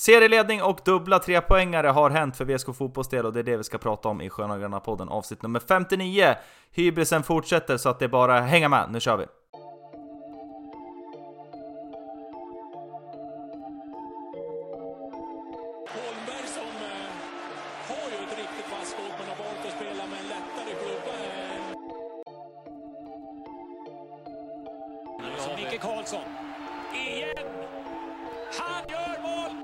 Serieledning och dubbla 3-poängare har hänt för VSK fotbollsdel och det är det vi ska prata om i Sköna Gröna podden avsnitt nummer 59. Hybrisen fortsätter så att det är bara hänga med, nu kör vi! Holmberg som har ju ett riktigt vass skott men har valt att spela med en lättare klubba. Som Nicke Karlsson. Igen! Han gör mål!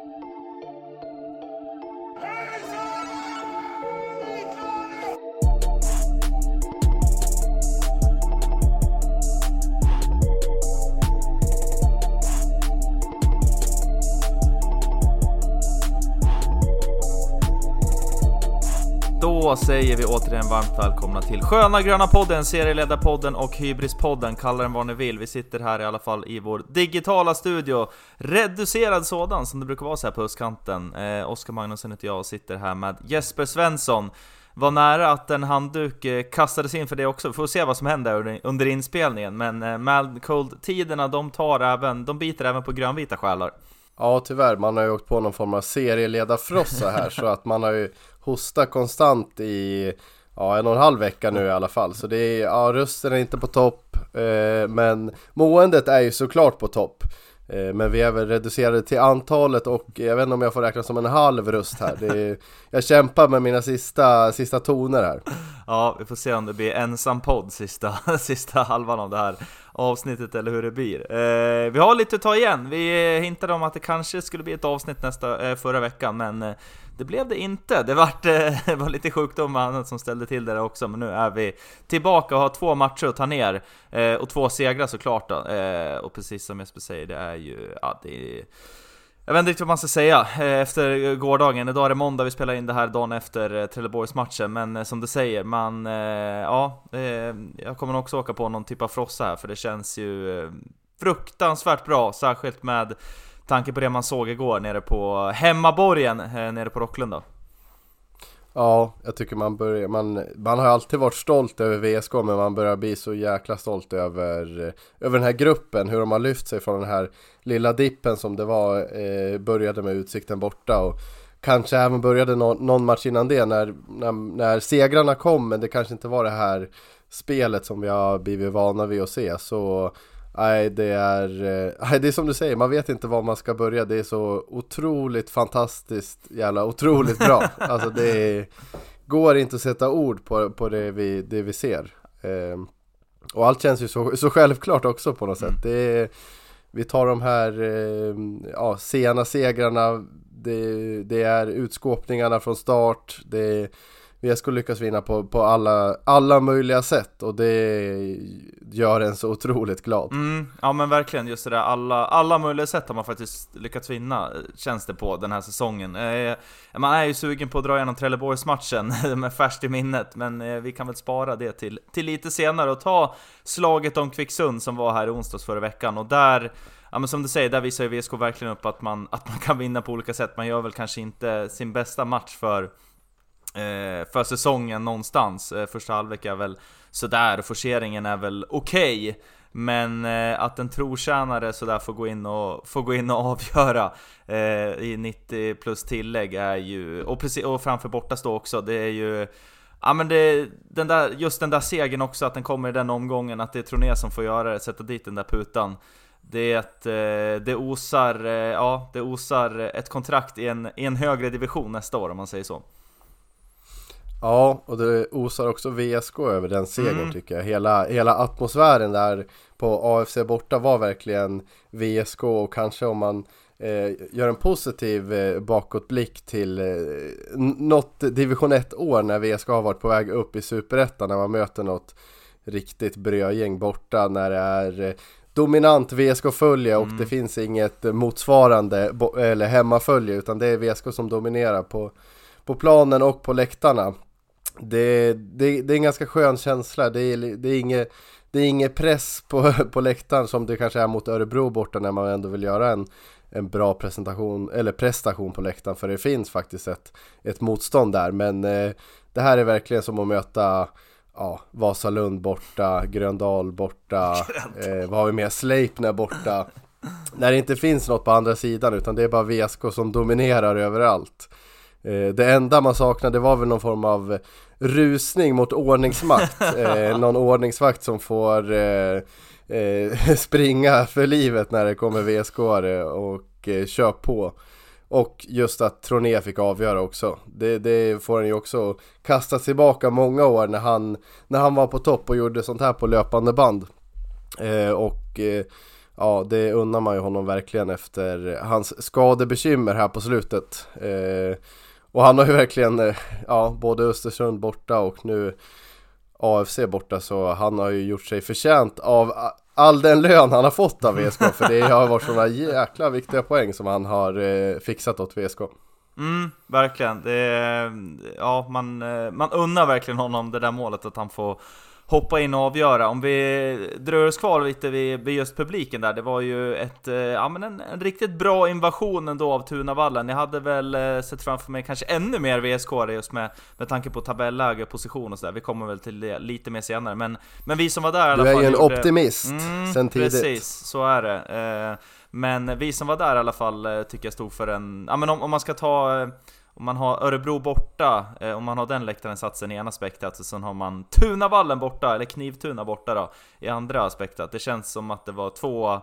Då säger vi återigen varmt välkomna till Sköna Gröna podden, serieledarpodden och Hybrispodden, kalla den vad ni vill. Vi sitter här i alla fall i vår digitala studio, reducerad sådan som det brukar vara så här på höstkanten. Oskar Magnusson heter jag och sitter här med Jesper Svensson. Var nära att en handduk kastades in för det också. Vi får se vad som händer under inspelningen. Men Mad Cold-tiderna, de biter även på grönvita själar. Ja, tyvärr. Man har ju åkt på någon form av serieledarfrossa här. Så att man har ju hostat konstant i 1,5 vecka nu i alla fall. Så det är, rösten är inte på topp. Men måendet är ju såklart på topp. Men vi är väl reducerade till antalet och jag vet inte om jag får räkna som en halv röst här. Jag kämpar med mina sista toner här. Ja, vi får se om det blir ensam podd sista halvan av det här avsnittet eller hur det blir. Vi har lite att ta igen. Vi hintade om att det kanske skulle bli ett avsnitt förra veckan, men det blev det inte. Det var lite sjukdom och annat som ställde till det också, men nu är vi tillbaka och har 2 matcher att ta ner och 2 segrar såklart då. Och precis som Jesper säger, det är ju jag vet inte riktigt vad man ska säga efter gårdagen. Idag är det måndag, vi spelar in det här dagen efter Trelleborgsmatchen. Men som du säger, jag kommer också åka på någon typ av frossa här. För det känns ju fruktansvärt bra, särskilt med tanke på det man såg igår nere på hemmaborgen, nere på Rocklunda. Ja, jag tycker man har alltid varit stolt över VSK, men man börjar bli så jäkla stolt över den här gruppen, hur de har lyft sig från den här lilla dippen som det var, började med Utsikten borta och kanske även började någon match innan det när segrarna kom, men det kanske inte var det här spelet som vi har blivit vana vid att se. Så nej, det är som du säger, man vet inte var man ska börja. Det är så otroligt fantastiskt, jävla otroligt bra. Alltså det går inte att sätta ord på det vi ser. Och allt känns ju så självklart också på något sätt. Vi tar de här sena segrarna, det är utskåpningarna från start, vi ska lyckas vinna på alla möjliga sätt och det gör en så otroligt glad. Ja men verkligen, just det där, alla möjliga sätt har man faktiskt lyckats vinna, känns det på den här säsongen. Man är ju sugen på att dra igenom Trelleborgsmatchen med färskt i minnet, men vi kan väl spara det till lite senare och ta slaget om Kvicksund som var här i onsdags förra veckan. Och där, ja men som du säger, där visar ju VSK verkligen upp att man kan vinna på olika sätt. Man gör väl kanske inte sin bästa match för säsongen någonstans. Första halvlek är väl sådär, forceringen är väl okej. Men att en trotjänare sådär får gå in och avgöra i 90 plus tillägg är ju, och framför borta stå också, det är ju, ja men den där segern också, att den kommer i den omgången, att det är Troné som får göra det, sätta dit den där putan. Det osar ett kontrakt i en högre division nästa år, om man säger så. Ja, och det osar också VSK över den segern tycker jag. Hela atmosfären där på AFC borta var verkligen VSK, och kanske om man gör en positiv bakåtblick till något division 1 år när VSK har varit på väg upp i Superettan, när man möter något riktigt brödgäng borta, när det är dominant VSK-följe och det finns inget motsvarande eller hemmafölje, utan det är VSK som dominerar på planen och på läktarna. Det är en ganska skön känsla. Det är inget press på läktaren som det kanske är mot Örebro borta, när man ändå vill göra en bra presentation eller prestation på läktaren, för det finns faktiskt ett motstånd där. Men det här är verkligen som att möta Vasalund borta, Gröndal borta, vad har vi mer, Sleipner borta. när det inte finns något på andra sidan, utan det är bara VSK som dominerar överallt. Det enda man saknade var väl någon form av rusning mot ordningsmakt. Någon ordningsvakt som får springa för livet när det kommer VSK-are och kör på. Och just att Troné fick avgöra också. Det får han ju också kasta tillbaka många år när han var på topp och gjorde sånt här på löpande band. Ja, det unnar man ju honom verkligen efter hans skadebekymmer här på slutet. Och han har ju verkligen, både Östersund borta och nu AFC borta, så han har ju gjort sig förtjänt av all den lön han har fått av VSK. För det har varit sådana jäkla viktiga poäng som han har fixat åt VSK. Verkligen. Man unnar verkligen honom det där målet, att han får hoppa in och avgöra. Om vi drar oss kvar lite vid just publiken där, det var ju en riktigt bra invasion ändå av Tunavallen. Jag hade väl sett framför mig kanske ännu mer VSK just med tanke på tabelläge och position och sådär. Vi kommer väl till det lite mer senare, men vi som var där i alla fall. Du är ju en optimist sen tidigt. Precis, så är det. Men vi som var där i alla fall tycker jag stod för en, om man ska ta, om man har Örebro borta, om man har den läktarinsatsen i ena aspektet, så sen har man Tunavallen borta, eller Knivtuna borta då, i andra aspektet. Det känns som att det var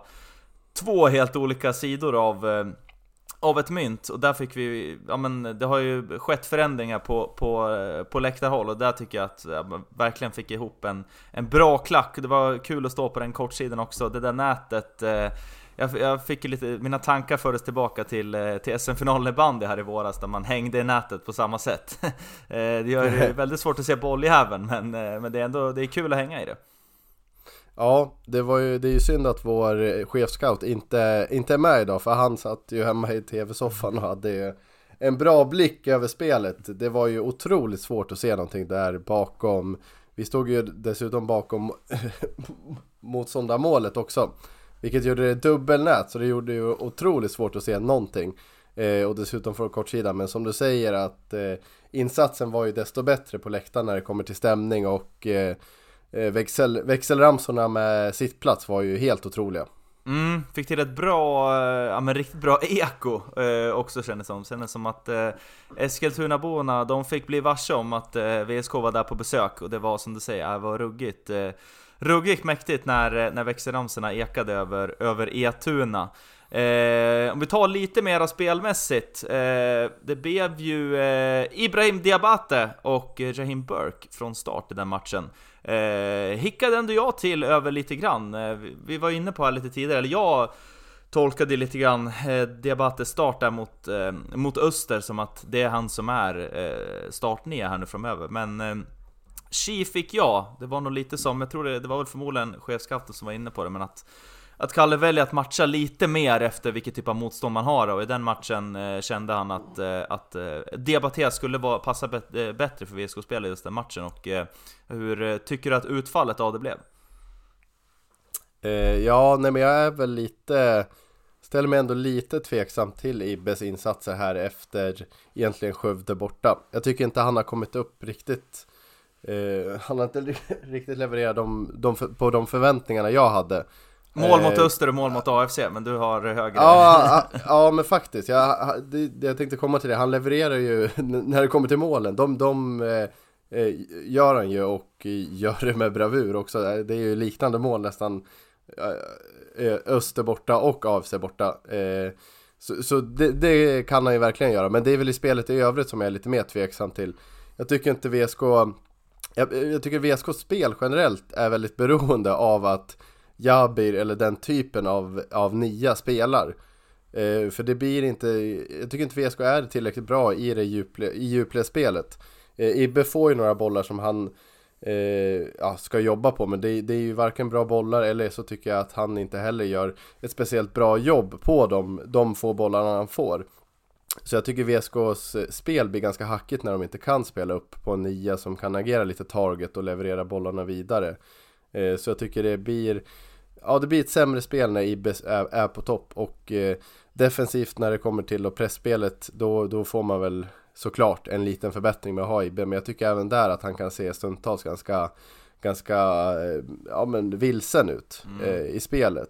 två helt olika sidor av ett mynt. Och där fick vi, det har ju skett förändringar på läktarhåll, och där tycker jag att verkligen fick ihop en bra klack. Det var kul att stå på den kortsidan också. Det där nätet, jag fick lite, mina tankar fördes tillbaka till SM-finalen i bandy här i våras, där man hängde i nätet på samma sätt. Det gör det väldigt svårt att se bolljäveln, men det är kul att hänga i det. Ja, det är ju synd att vår chefscout inte är med idag, för han satt ju hemma i tv-soffan och hade en bra blick över spelet. Det var ju otroligt svårt att se någonting där bakom. Vi stod ju dessutom bakom motståndarmålet också, vilket gjorde det dubbelnät, så det gjorde ju otroligt svårt att se någonting. Och dessutom från kortsidan. Men som du säger, att insatsen var ju desto bättre på läktaren när det kommer till stämning, och växelramsorna med sittplats var ju helt otroliga. Fick till ett riktigt bra eko också, kändes som att Eskilstunaborna, de fick bli varse om att VSK var där på besök, och det var, som du säger, det var ruggigt mäktigt när växelramsorna ekade över Etuna. Om vi tar lite mer spelmässigt, det blev ju Ibrahim Diabate och Raheem Burke från start i den matchen. Hickade ändå jag till över lite grann. Vi var inne på här lite tidigare, eller jag tolkade lite grann Diabates start där mot Öster som att det är han som är startnia här nu framöver. Men Chi fick jag. Det var nog lite som, jag tror det var väl förmodligen chefskaften som var inne på det, men att Kalle väljer att matcha lite mer efter vilket typ av motstånd man har, och i den matchen kände han att Diabate skulle passa bättre för VSK-spelare just den matchen. Och hur tycker du att utfallet av det blev? Men jag är väl ställer mig ändå lite tveksam till Ibbes insatser här efter egentligen Skövde borta. Jag tycker inte han har kommit upp riktigt. Han har inte riktigt levererat på de förväntningarna jag hade. Mål mot Öster och mål mot AFC, men du har högre. Ja, men faktiskt jag tänkte komma till det. Han levererar ju när det kommer till målen. De gör han ju, och gör det med bravur också. Det är ju liknande mål nästan, Öster borta och AFC borta. Så det kan han ju verkligen göra. Men det är väl i spelet i övrigt som jag är lite mer tveksam till. Jag tycker inte jag tycker VSKs spel generellt är väldigt beroende av att Jabir eller den typen av nia spelar. För det blir inte, jag tycker inte VSK är tillräckligt bra i det djupledsspelet. Ibbe får ju några bollar som han ska jobba på, men det är ju varken bra bollar, eller så tycker jag att han inte heller gör ett speciellt bra jobb på de få bollarna han får. Så jag tycker VSKs spel blir ganska hackigt när de inte kan spela upp på en nia som kan agera lite target och leverera bollarna vidare. Så jag tycker det blir ett sämre spel när Ibes är på topp, och defensivt när det kommer till och pressspelet, då får man väl såklart en liten förbättring med att ha Ibe, men jag tycker även där att han kan se stundtals ganska vilsen ut i spelet.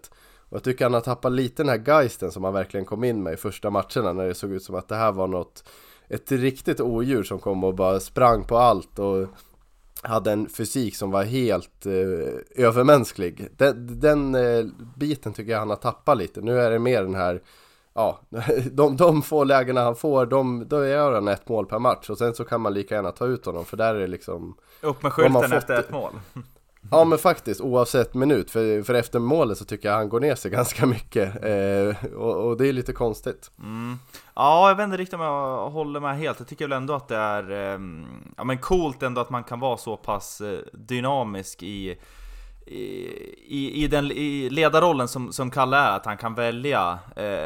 Och jag tycker han har tappat lite den här geisten som han verkligen kom in med i första matcherna, när det såg ut som att det här var ett riktigt odjur som kom och bara sprang på allt och hade en fysik som var helt övermänsklig. Den biten tycker jag han har tappat lite. Nu är det mer den här, ja, de få lägena han får, då gör han 1 mål per match, och sen så kan man lika gärna ta ut honom, för där är det liksom upp med skylten efter 1 mål. Ja, men faktiskt, oavsett minut, för efter målet så tycker jag han går ner sig ganska mycket, och det är lite konstigt. Ja, jag vet inte riktigt om jag håller med helt. Jag tycker väl ändå att det är men coolt ändå att man kan vara så pass dynamisk i ledarrollen som Kalle är, att han kan välja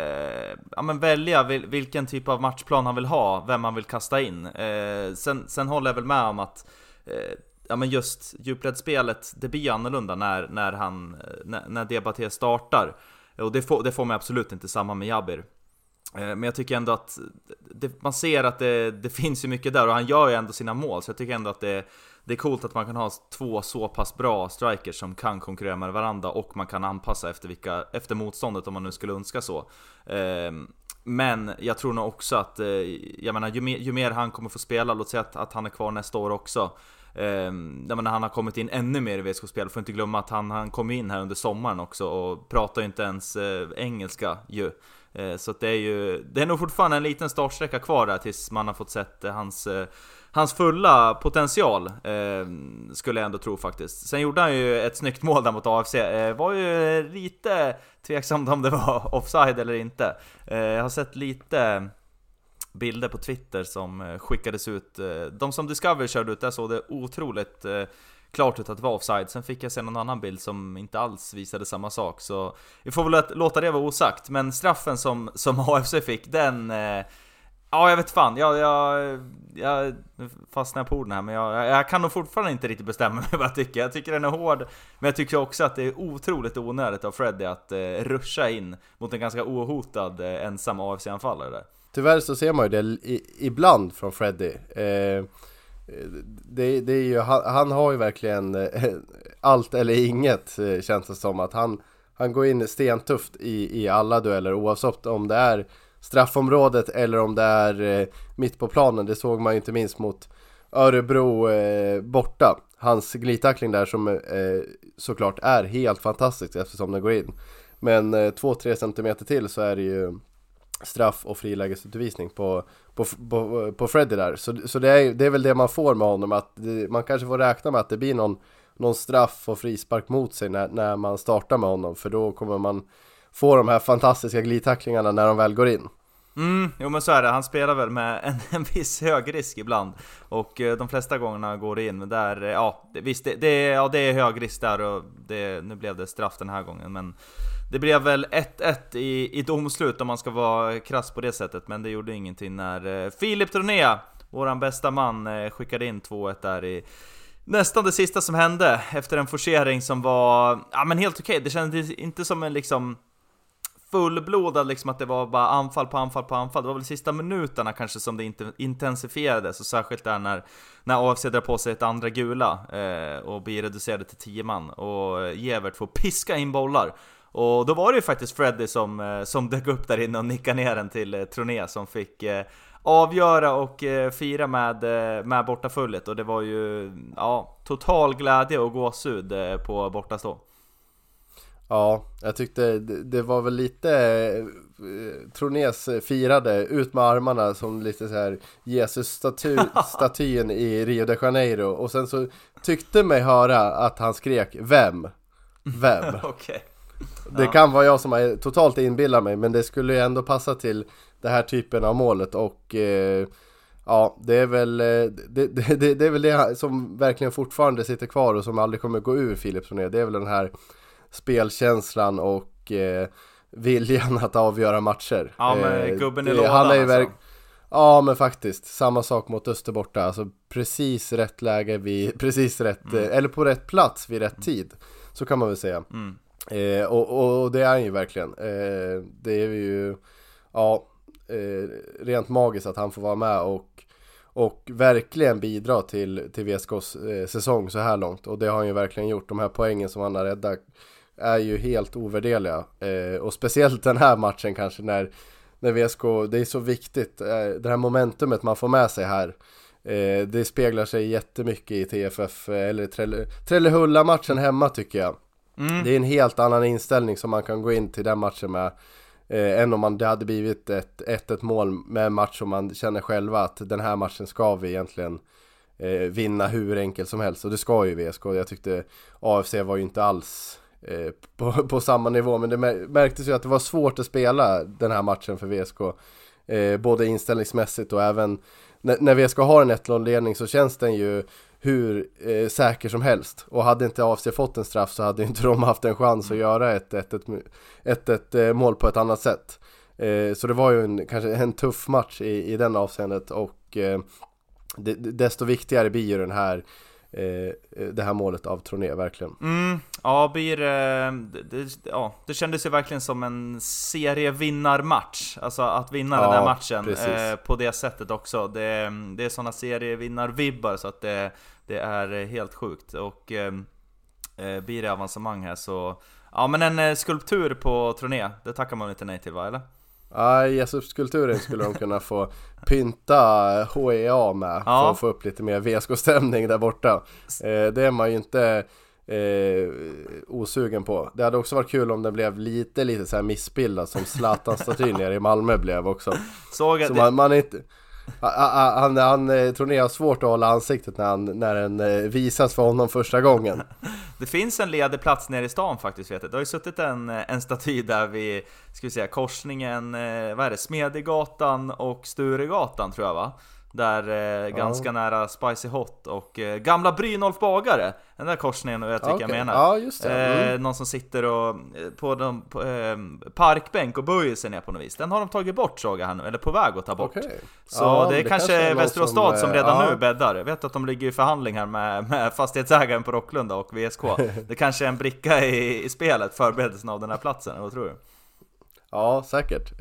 vilken typ av matchplan han vill ha, vem han vill kasta in. Sen håller jag väl med om att men just djupledsspelet, det blir annorlunda när Diabaté startar, och det får man absolut inte samma med Jabir. Men jag tycker ändå att man ser att det finns ju mycket där, och han gör ju ändå sina mål, så jag tycker ändå att det är coolt att man kan ha 2 så pass bra strikers som kan konkurrera med varandra, och man kan anpassa efter motståndet om man nu skulle önska så. Men jag tror nog också att jag menar, ju mer han kommer få spela, låt säga att han är kvar nästa år också, när han har kommit in ännu mer i VSK-spel. Får inte glömma att han kom in här under sommaren också och pratar ju inte ens engelska ju. Så att det är nog fortfarande en liten startsträcka kvar där tills man har fått sett hans fulla potential, skulle jag ändå tro faktiskt. Sen gjorde han ju ett snyggt mål där mot AFC. Var ju lite tveksamt om det var offside eller inte. Jag har sett lite bilder på Twitter som skickades ut. De som Discovery körde ut där såg det otroligt klart ut att det var offside. Sen fick jag se någon annan bild som inte alls visade samma sak. Så vi får väl låta det vara osagt. Men straffen som AFC fick, den... ja, jag vet fan. Jag fastnar på orden här. Men jag kan nog fortfarande inte riktigt bestämma mig vad jag tycker. Jag tycker den är hård. Men jag tycker också att det är otroligt onödigt av Freddy att ruscha in mot en ganska ohotad ensam AFC-anfallare där. Tyvärr så ser man ju det ibland från Freddy. Det är ju, han har ju verkligen allt eller inget, känns det som. Att han går in stentufft i alla dueller, oavsett om det är straffområdet eller om det är mitt på planen. Det såg man ju inte minst mot Örebro borta. Hans glidtackling där som såklart är helt fantastisk eftersom den går in. Men 2-3 centimeter till så är det ju straff och frilägesutvisning på Freddy där. Så det är väl det man får med honom, att man kanske får räkna med att det blir någon straff och frispark mot sig när man startar med honom, för då kommer man få de här fantastiska glidtacklingarna när de väl går in. Jo, men så är det. Han spelar väl med en viss hög risk ibland, och de flesta gångerna går det in. Men där, ja, visst, det är hög risk där, och nu blev det straff den här gången. Men det blev väl 1-1 i domslut om man ska vara krass på det sättet. Men det gjorde ingenting när Filip Troné, våran bästa man, skickade in 2-1 där i nästan det sista som hände, efter en forcering som var men helt okej. Det kändes inte som en liksom fullblodad, liksom att det var bara anfall på anfall på anfall. Det var väl sista minuterna kanske som det inte intensifierades, och särskilt där när AFC drar på sig ett andra gula och blir reducerade till 10 man, och Gevert får piska in bollar. Och då var det ju faktiskt Freddy som dök upp där inne och nickade ner den till Troné, som fick avgöra och fira med bortafullet. Och det var ju total glädje och gåshud på bortastå. Ja, jag tyckte det var väl lite Tronés firade ut med armarna som lite så här Jesus-statyn i Rio de Janeiro. Och sen så tyckte mig höra att han skrek vem? Okay. Det kan vara jag som har totalt inbillat mig, men det skulle ju ändå passa till det här typen av målet. Och det är väl det är väl det som verkligen fortfarande sitter kvar och som aldrig kommer gå ur Filip Troné. Det är väl den här spelkänslan och viljan att avgöra matcher. Ja, men gubben i lådan Ja, men faktiskt samma sak mot Österborta. Alltså precis rätt läge vid precis rätt eller på rätt plats vid rätt tid. Så kan man väl säga. Och det är han ju verkligen. Det är ju rent magiskt att han får vara med och verkligen bidra till VSKs säsong så här långt. Och det har han ju verkligen gjort. De här poängen som han har räddat är ju helt ovärderliga. Och speciellt den här matchen kanske när VSK, det är så viktigt, det här momentumet man får med sig här. Det speglar sig jättemycket i TFF eller Trellehulla-matchen hemma tycker jag. Det är en helt annan inställning som man kan gå in till den matchen med än om det hade blivit ett 1-1 mål med en match som man känner själva att den här matchen ska vi egentligen vinna hur enkelt som helst, och det ska ju VSK. Jag tyckte AFC var ju inte alls på samma nivå, men det märktes ju att det var svårt att spela den här matchen för VSK, både inställningsmässigt och även när VSK har en 1-0-ledning så känns den ju hur säker som helst, och hade inte AFC fått en straff så hade inte de haft en chans att göra ett mål på ett annat sätt. Så det var ju kanske en tuff match i den avseendet, och desto viktigare blir ju det här målet av Troné verkligen. Ja, det kändes ju verkligen som en serievinnarmatch. Alltså att vinna den här matchen på det sättet också. Det är sådana serievinnarvibbar så att det är helt sjukt. Och blir det avancemang här så... Ja, men en skulptur på Troné, det tackar man inte nej till, va, eller? Ja, Jesusskulpturen skulle de kunna få pynta HEA med för att få upp lite mer VSK-stämning där borta. Det är man ju inte osugen på. Det hade också varit kul om det blev lite så här missbildad som Zlatan-statyn nere i Malmö blev också. Såg så man inte... Han tror ni har svårt att hålla ansiktet när den visas för honom första gången. Det finns en ledig plats nere i stan faktiskt, vet jag. Det har ju suttit en staty där vid, ska vi säga, korsningen, vad är det, Smedegatan och Sturegatan tror jag, va? Där ganska nära Spicy Hot och gamla Brynolf Bagare. Den där korsningen, och jag tycker jag menar. Ja, just det. Någon som sitter och på parkbänk och böjer sig ner på något vis. Den har de tagit bort, såg jag här nu, eller på väg att ta bort. Så det är kanske Västerås stad som redan nu bäddar. Jag vet att de ligger i förhandling här med fastighetsägaren på Rocklunda och VSK. Det kanske är en bricka i spelet, förberedelsen av den här platsen, vad tror du? Ja, säkert.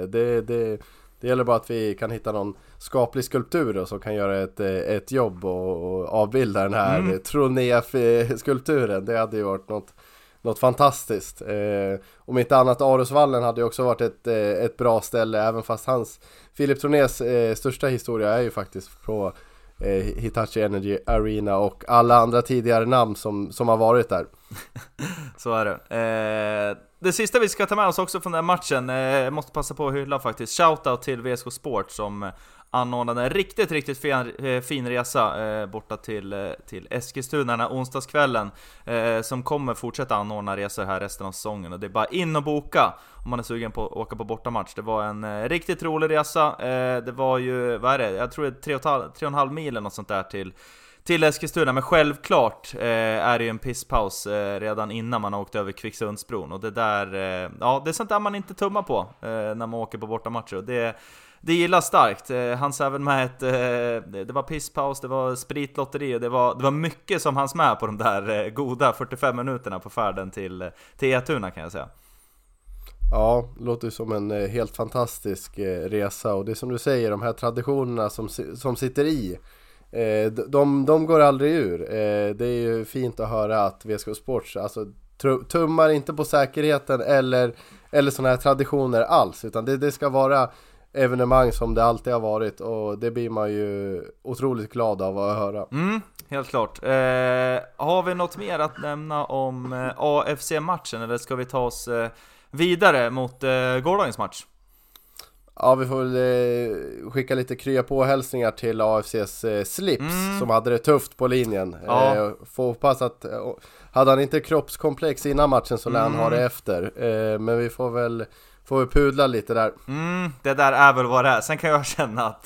Det gäller bara att vi kan hitta någon skaplig skulptur som kan göra ett jobb och avbilda den här Troné-skulpturen. Det hade ju varit något fantastiskt. Om inte annat, Arosvallen hade ju också varit ett bra ställe, även fast Filip Tronés största historia är ju faktiskt på Hitachi Energy Arena och alla andra tidigare namn som har varit där. Så är det. Det sista vi ska ta med oss också från den matchen, måste passa på att hylla faktiskt. Shoutout till VSK Sport som anordnade en riktigt fin resa borta till Eskilstuna den här onsdagskvällen, som kommer fortsätta anordna resor här resten av säsongen. Och det är bara in och boka om man är sugen på att åka på bortamatch. Det var en riktigt rolig resa. Det var ju, vad är det? Jag tror det är 3,5 mil eller något sånt där till Eskilstuna, men självklart är det ju en pisspaus redan innan man har åkt över Kvicksundsbron. Och det där, det är sånt där man inte tummar på när man åker på bortamatcher. Och det gillar starkt. Hans även med det var pisspaus, det var spritlotteri och det var mycket som hans med på de där goda 45 minuterna på färden till Etuna, kan jag säga. Ja, låter som en helt fantastisk resa, och det är som du säger, de här traditionerna som sitter i, de går aldrig ur. Det är ju fint att höra att VSK Sports alltså tummar inte på säkerheten eller såna här traditioner alls, utan det ska vara evenemang som det alltid har varit, och det blir man ju otroligt glad av att höra. Helt klart. Har vi något mer att nämna om AFC-matchen, eller ska vi ta oss vidare mot gårdagens match? Ja, vi får väl skicka lite krya på hälsningar till AFCs Slips som hade det tufft på linjen. Får hoppas att hade han inte kroppskomplex innan matchen så lär han ha det efter. Men vi får väl pudla lite där. Det där är väl vad det är. Sen kan jag känna att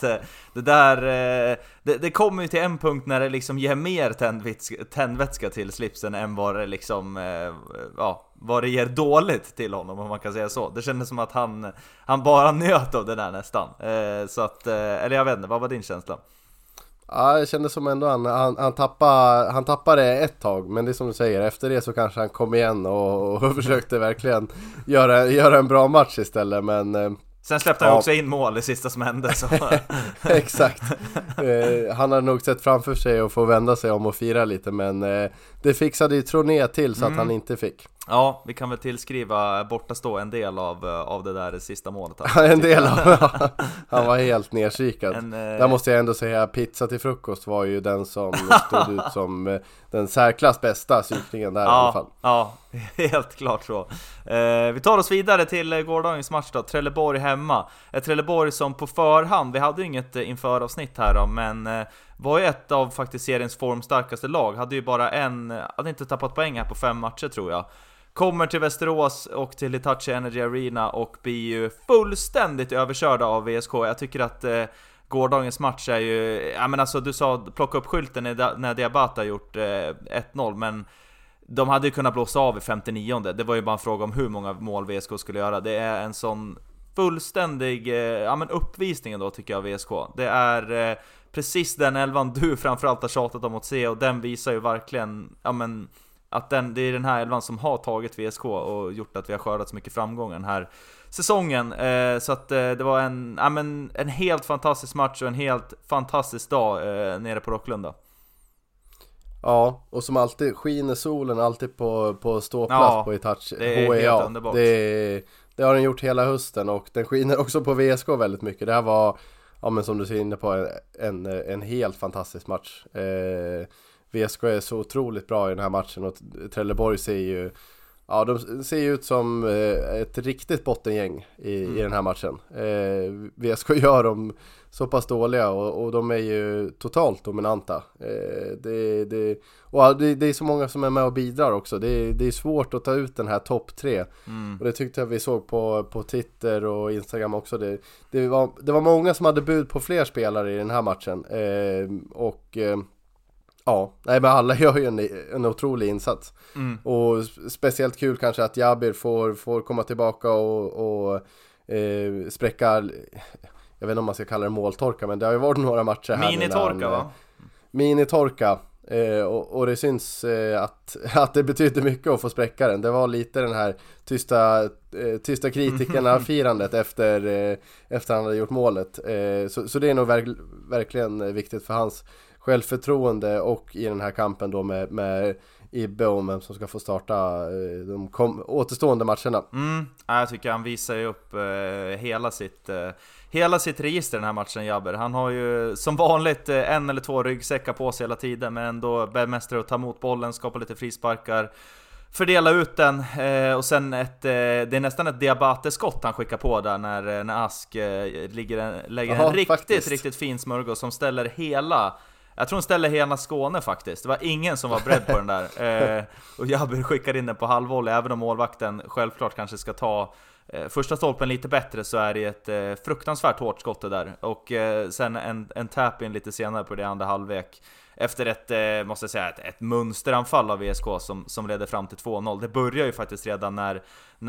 det kommer ju till en punkt när det liksom ger mer tändvätska till slipsen än vad det liksom vad det ger dåligt till honom, om man kan säga så. Det kändes som att han bara njöt av det där nästan. Så att, eller jag vet inte, vad var din känsla? Ja, jag kände som ändå han tappade ett tag, men det är som du säger, efter det så kanske han kom igen och försökte verkligen göra en bra match istället, men sen släppte han också in mål i sista som hände så. Exakt. Han har nog sett framför sig och få vända sig om och fira lite, men det fixade ju Troné till så att han inte fick. Ja, vi kan väl tillskriva bortastå en del av det där sista målet. En del av han var helt nedkikad. Där måste jag ändå säga, pizza till frukost var ju den som stod ut som den särklass bästa psykningen där i alla fall. Ja, helt klart så. Vi tar oss vidare till gårdagens match då, Trelleborg hemma. Ett Trelleborg som på förhand, vi hade ju inget införavsnitt här då, men var ju ett av faktiskt seriens formstarkaste lag. Hade ju bara hade inte tappat poäng här på 5 matcher tror jag. Kommer till Västerås och till Hitachi Energy Arena och blir ju fullständigt överkörda av VSK. Jag tycker att gårdagens match är ju... Ja men alltså du sa plocka upp skylten när Diabata gjort 1-0, men de hade ju kunnat blåsa av i 59:e. Det var ju bara en fråga om hur många mål VSK skulle göra. Det är en sån fullständig uppvisning då tycker jag VSK. Det är precis den elvan du framförallt har tjatat om att se, och den visar ju verkligen att det är den här elvan som har tagit VSK och gjort att vi har skördat så mycket framgång den här säsongen. Så att det var en helt fantastisk match och en helt fantastisk dag nere på Rocklunda. Ja, och som alltid skiner solen alltid på ståplats på Hitachi. Det är helt underbart. Det har den gjort hela hösten, och den skiner också på VSK väldigt mycket. Det här var, men som du ser inne på, en helt fantastisk match. VSK är så otroligt bra i den här matchen, och Trelleborg de ser ut som ett riktigt bottengäng i den här matchen. VSK gör dem så pass dåliga, och de är ju totalt dominanta. Det är så många som är med och bidrar också. Det är svårt att ta ut den här topp 3. Och det tyckte jag vi såg på Twitter och Instagram också. Det var många som hade bud på fler spelare i den här matchen. Men alla gör ju en otrolig insats. Och speciellt kul kanske att Jabir får komma tillbaka och spräcka, jag vet inte om man ska kalla det måltorka, men det har ju varit några matcher här. Minitorka va? Minitorka. Och det syns att det betyder mycket att få spräcka den. Det var lite den här tysta kritikerna firandet efter han hade gjort målet. Så det är nog verkligen viktigt för hans självförtroende, och i den här kampen då med Ibbe om vem som ska få starta de återstående matcherna. Jag tycker han visar ju upp hela sitt register den här matchen, Jabber. Han har ju som vanligt 1 eller 2 ryggsäckar på sig hela tiden, men ändå bemästrar att ta emot bollen, skapa lite frisparkar, fördela ut den, och sen det är nästan ett diabeteskott han skickar på där när Ask lägger en riktigt fin smörgås som ställer jag tror hon ställer hela Skåne faktiskt. Det var ingen som var beredd på den där. Och Jabber skickar in den på halvvolley. Även om målvakten självklart kanske ska ta första stolpen lite bättre, så är det ett fruktansvärt hårt skott det där. Och sen en tap-in lite senare på det andra halvlek. Efter ett mönsteranfall av VSK som leder fram till 2-0. Det börjar ju faktiskt redan när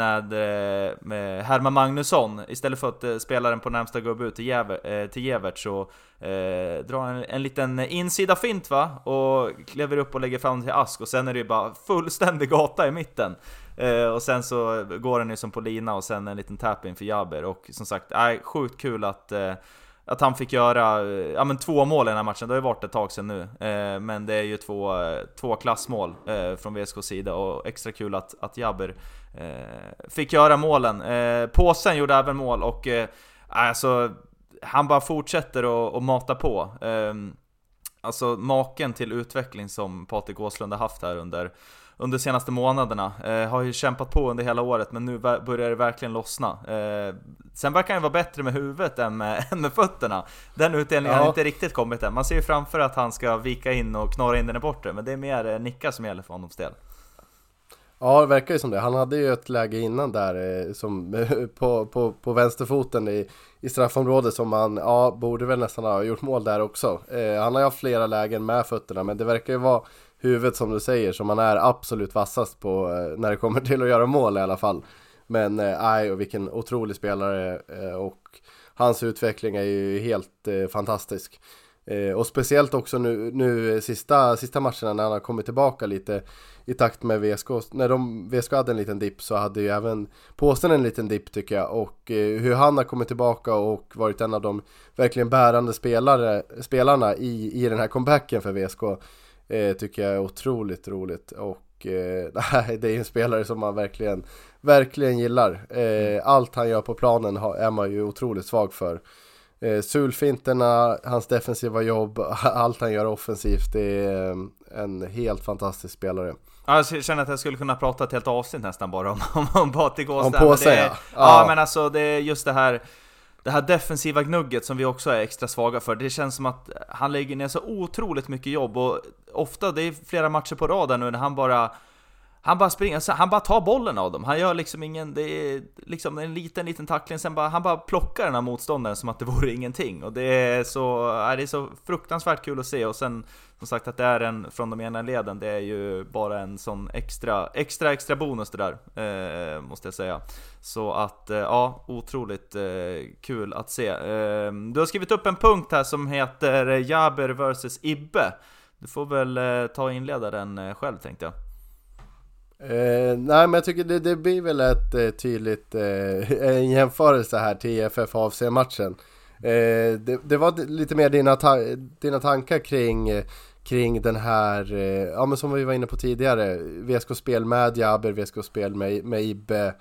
Herman Magnusson, istället för att spela den på närmsta gubbe ut till Gevert, så drar en liten insida fint va, och klever upp och lägger fram till Ask, och sen är det ju bara fullständig gata i mitten. Och sen så går den ju som på lina, och sen en liten tap-in för Jabber. Och som sagt, sjukt kul att han fick göra 2 mål i den här matchen. Det har ju varit ett tag sedan nu, men det är ju två klassmål från VSKs sida, och extra kul att Jabber fick göra målen. Påsen gjorde även mål, och alltså han bara fortsätter att mata på. Alltså maken till utveckling som Patrik Åslund har haft här under senaste månaderna. Har ju kämpat på under hela året, men nu börjar det verkligen lossna. Sen verkar han vara bättre med huvudet än med fötterna. Den utdelningen har inte riktigt kommit än. Man ser ju framför att han ska vika in och knorra in den i bortre, men det är mer nickar som gäller för honoms del. Ja, det verkar ju som det. Han hade ju ett läge innan där som på vänsterfoten i straffområdet som han borde väl nästan ha gjort mål där också. Han har ju haft flera lägen med fötterna, men det verkar ju vara huvudet som du säger som han är absolut vassast på när det kommer till att göra mål i alla fall. Men och vilken otrolig spelare, och hans utveckling är ju helt fantastisk. Och speciellt också nu sista matcherna när han har kommit tillbaka lite i takt med VSK. När VSK hade en liten dipp, så hade ju även Påsen en liten dipp tycker jag. Och hur han har kommit tillbaka och varit en av de verkligen bärande spelarna i den här comebacken för VSK tycker jag är otroligt roligt. Och det är en spelare som man verkligen gillar. Allt han gör på planen är man ju otroligt svag för. Sulfinterna, hans defensiva jobb, allt han gör offensivt, det är en helt fantastisk spelare. Ja, jag känner att jag skulle kunna prata ett helt avsnitt nästan bara om Batikos. Men alltså det är just det här defensiva gnugget som vi också är extra svaga för. Det känns som att han lägger ner så otroligt mycket jobb, och ofta, det är flera matcher på rad nu när han bara springer, han bara tar bollen av dem. Han gör liksom ingen, det är liksom en liten tackling, sen han bara plockar den här motståndaren som att det vore ingenting. Och det är så fruktansvärt kul att se. Och sen som sagt att det är en från de ena leden, det är ju bara en sån extra bonus det där, måste jag säga. Så att ja, otroligt kul att se. Du har skrivit upp en punkt här som heter Jaber versus Ibbe. Du får väl ta och inleda den själv, tänkte jag. Nej, men jag tycker det blir väl ett tydligt en jämförelse här till IFF AFC-matchen. Det var lite mer dina tankar kring den här, ja, men som vi var inne på tidigare, VSK-spel med Jaber, VSK-spel med Ibbe,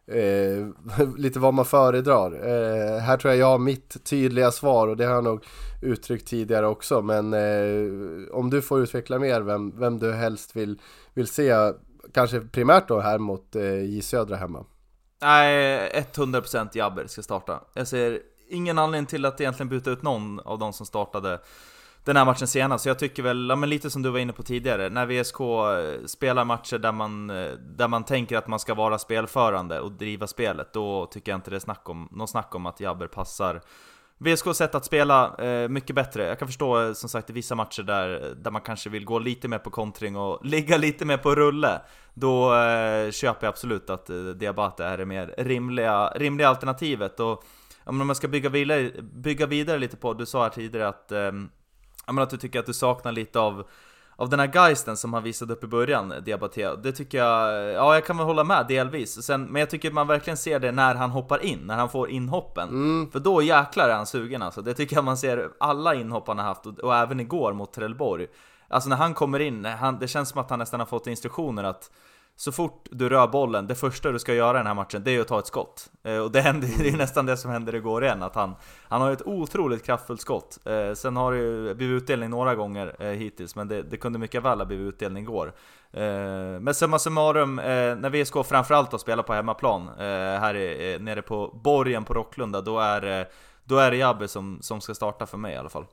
lite vad man föredrar. Här tror jag har mitt tydliga svar, och det har jag nog uttryckt tidigare också, men om du får utveckla mer vem du helst vill se, kanske primärt då här mot J Södra hemma. Nej, 100% Jaber ska starta. Jag ser ingen anledning till att egentligen byta ut någon av de som startade den här matchen senast. Så jag tycker väl, ja, men lite som du var inne på tidigare, när VSK spelar matcher där man tänker att man ska vara spelförande och driva spelet, då tycker jag inte det är någon snack om att Jaber passar VSK sätt att spela mycket bättre. Jag kan förstå som sagt i vissa matcher där man kanske vill gå lite mer på kontring och ligga lite mer på rulle. Då köper jag absolut att Diabate är det mer rimliga alternativet. Och om man ska bygga vidare lite på, du sa här tidigare att du tycker att du saknar lite av den här geisten som han visade upp i början, Diabate. Det tycker jag kan väl hålla med delvis. Men jag tycker man verkligen ser det när han hoppar in, när han får inhoppen. För då jäklar är han sugen alltså. Det tycker jag man ser alla inhopp han har haft, och även igår mot Trelleborg. Alltså när han kommer in, det känns som att han nästan har fått instruktioner att så fort du rör bollen, det första du ska göra i den här matchen, det är att ta ett skott. Och det är nästan det som händer igår igen, att han har ett otroligt kraftfullt skott. Sen har det ju blivit utdelning några gånger hittills, men det kunde mycket väl ha blivit utdelning igår. Men summa summarum, när VSK framförallt har spelat på hemmaplan här nere på Borgen på Rocklunda, då är det Jabbe som ska starta för mig i alla fall.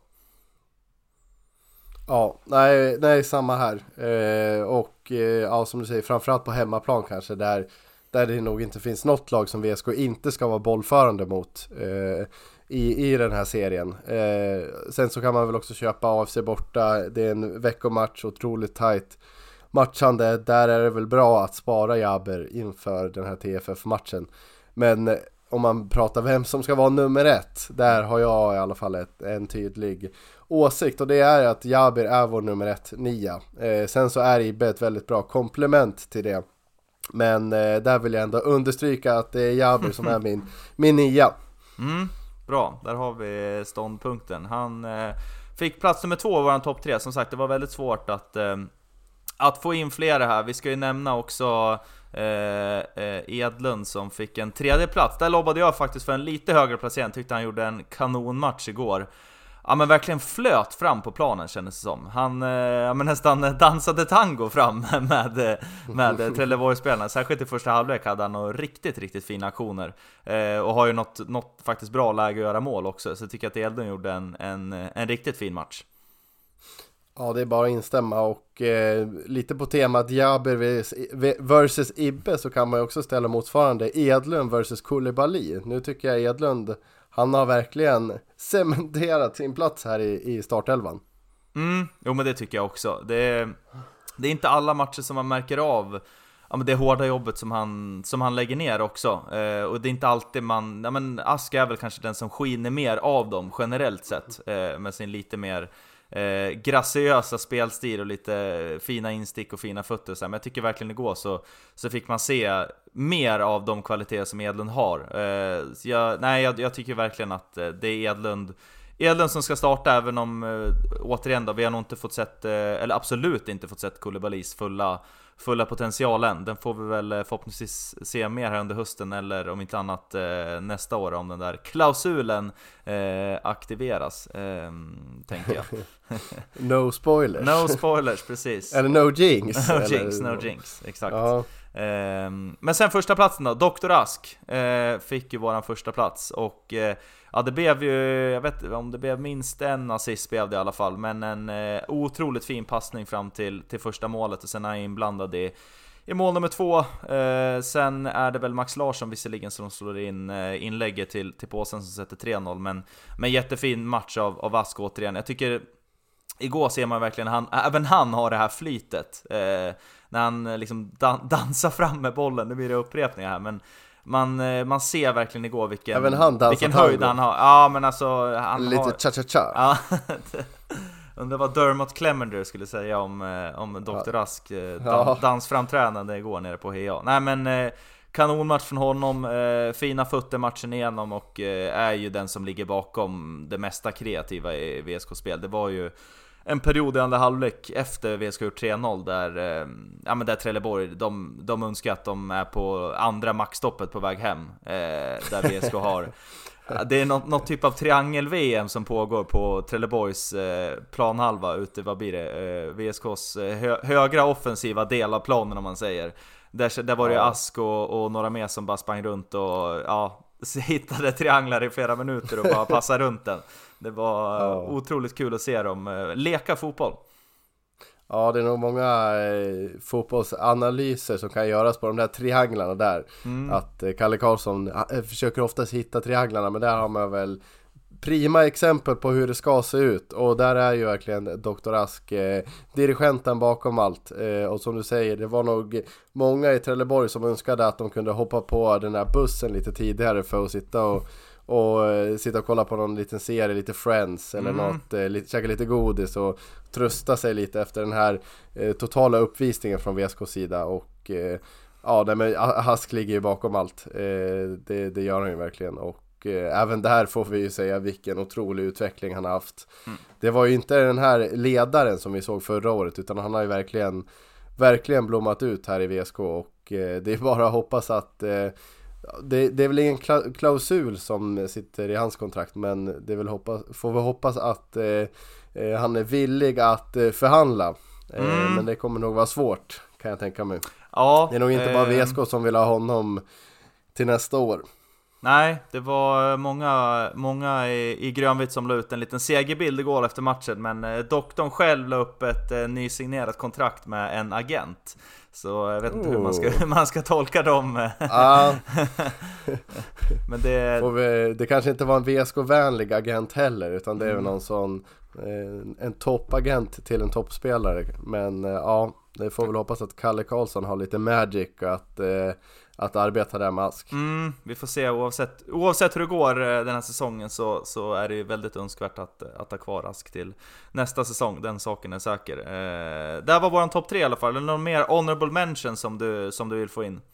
Ja, nej samma här. Ja, som du säger, framförallt på hemmaplan kanske, där det nog inte finns något lag som VSK inte ska vara bollförande mot i den här serien. Sen så kan man väl också köpa AFC borta. Det är en veckomatch, otroligt tajt matchande. Där är det väl bra att spara Jaber inför den här TFF-matchen. Men om man pratar vem som ska vara nummer 1, där har jag i alla fall en tydlig åsikt, och det är att Jaber är vår nummer 1-9. Sen så är Ibbe ett väldigt bra komplement till det, men där vill jag ändå understryka att det är Jaber som är min 9. Bra, där har vi ståndpunkten. Han fick plats nummer 2 i vår topp 3. Som sagt, det var väldigt svårt att få in flera här. Vi ska ju nämna också Edlund som fick en 3:e plats. Där lobbade jag faktiskt för en lite högre placering. Tyckte han gjorde en kanonmatch igår. Ja, men verkligen flöt fram på planen, kändes det som. Han men nästan dansade tango fram med Trelleborg-spelarna. Särskilt i första halvlek hade han några riktigt fina aktioner. Och har ju något faktiskt bra läge att göra mål också. Så jag tycker att Edlund gjorde en riktigt fin match. Ja, det är bara att instämma, och lite på temat Jaber versus Ibbe så kan man ju också ställa motsvarande Edlund versus Koulibaly. Nu tycker jag Edlund, han har verkligen cementerat sin plats här i startelvan. Jo, men det tycker jag också. Det är inte alla matcher som man märker av det hårda jobbet som han lägger ner också. Och det är inte alltid Ask är väl kanske den som skiner mer av dem generellt sett, med sin lite mer graciösa spelstil och lite fina instick och fina fötter så här. Men jag tycker verkligen igår så fick man se mer av de kvaliteter som Edlund har. Jag tycker verkligen att det är Edlund som ska starta, även om återigen då, vi har nog inte fått sett, eller absolut inte fått sett Koulibalys fulla potentialen. Den får vi väl förhoppningsvis se mer här under hösten, eller om inte annat nästa år, om den där klausulen aktiveras, tänker jag. No spoilers. No spoilers, precis. Eller no jinx. No jinx, exakt. Ja. Men sen första platsen då, Dr. Ask fick ju våran första plats, och ja, det blev ju, jag vet inte om det blev minst en assist, blev det i alla fall, men en otroligt fin passning fram till första målet, och sen är han inblandad i mål nummer 2. Sen är det väl Max Larsson visserligen som slår in inlägget till Påsen som sätter 3-0, men jättefin match av Ask återigen. Jag tycker igår ser man verkligen även han har det här flytet när han liksom dansar fram med bollen. Det blir det upprepningar här, men man ser verkligen igår vilken höjd han har. Ja, men alltså han lite har cha-cha-cha. Ja, det var Dermot Clemender skulle säga om Dr. Ask dansframträdande igår nere på HEA. Nej, men kanonmatch från honom, fina fötter matchen igenom, och är ju den som ligger bakom det mesta kreativa i VSK-spel. Det var ju en period i andra halvlek efter VSK gjort 3-0 där Trelleborg, de önskar att de är på andra maxstoppet på väg hem, där VSK har det är något typ av triangel-VM som pågår på Trelleborgs planhalva ute, vad blir det? VSKs högra offensiva del av planen, om man säger. Där var det Ask och några mer som bara sprang runt och hittade trianglar i flera minuter och bara passade runt den. Det var otroligt kul att se dem leka fotboll. Ja, det är nog många fotbollsanalyser som kan göras på de där trianglarna där. Att Kalle Karlsson försöker oftast hitta trianglarna, men där har man väl prima exempel på hur det ska se ut. Och där är ju verkligen Dr. Ask dirigenten bakom allt. Och som du säger, det var nog många i Trelleborg som önskade att de kunde hoppa på den här bussen lite tidigare för att sitta och sitta och kolla på någon liten serie, lite Friends eller något, käka lite godis och trösta sig lite efter den här totala uppvisningen från VSKs sida. Och men Ask ligger ju bakom allt, det gör han ju verkligen. Och även där får vi ju säga vilken otrolig utveckling han har haft. Det var ju inte den här ledaren som vi såg förra året, utan han har ju verkligen blommat ut här i VSK, och det är bara att hoppas att det är väl ingen klausul som sitter i hans kontrakt, men det är väl får vi hoppas att han är villig att förhandla. Men det kommer nog vara svårt, kan jag tänka mig. Ja, det är nog inte bara VSK som vill ha honom till nästa år. Nej, det var många i grönvitt som la ut en liten segerbild igår efter matchen, men doktorn själv la upp ett nysignerat kontrakt med en agent. Så jag vet inte hur man ska tolka dem. Men det kanske inte var en VSK-vänlig agent heller, utan det är väl någon sån en toppagent till en toppspelare. Men det får väl hoppas att Kalle Karlsson har lite magic att arbeta där med Ask. Vi får se, oavsett hur det går den här säsongen, så är det ju väldigt önskvärt att ha kvar Ask till nästa säsong. Den saken är säker. Där var våran topp 3 i alla fall. Eller någon mer honorable mention som du vill få in?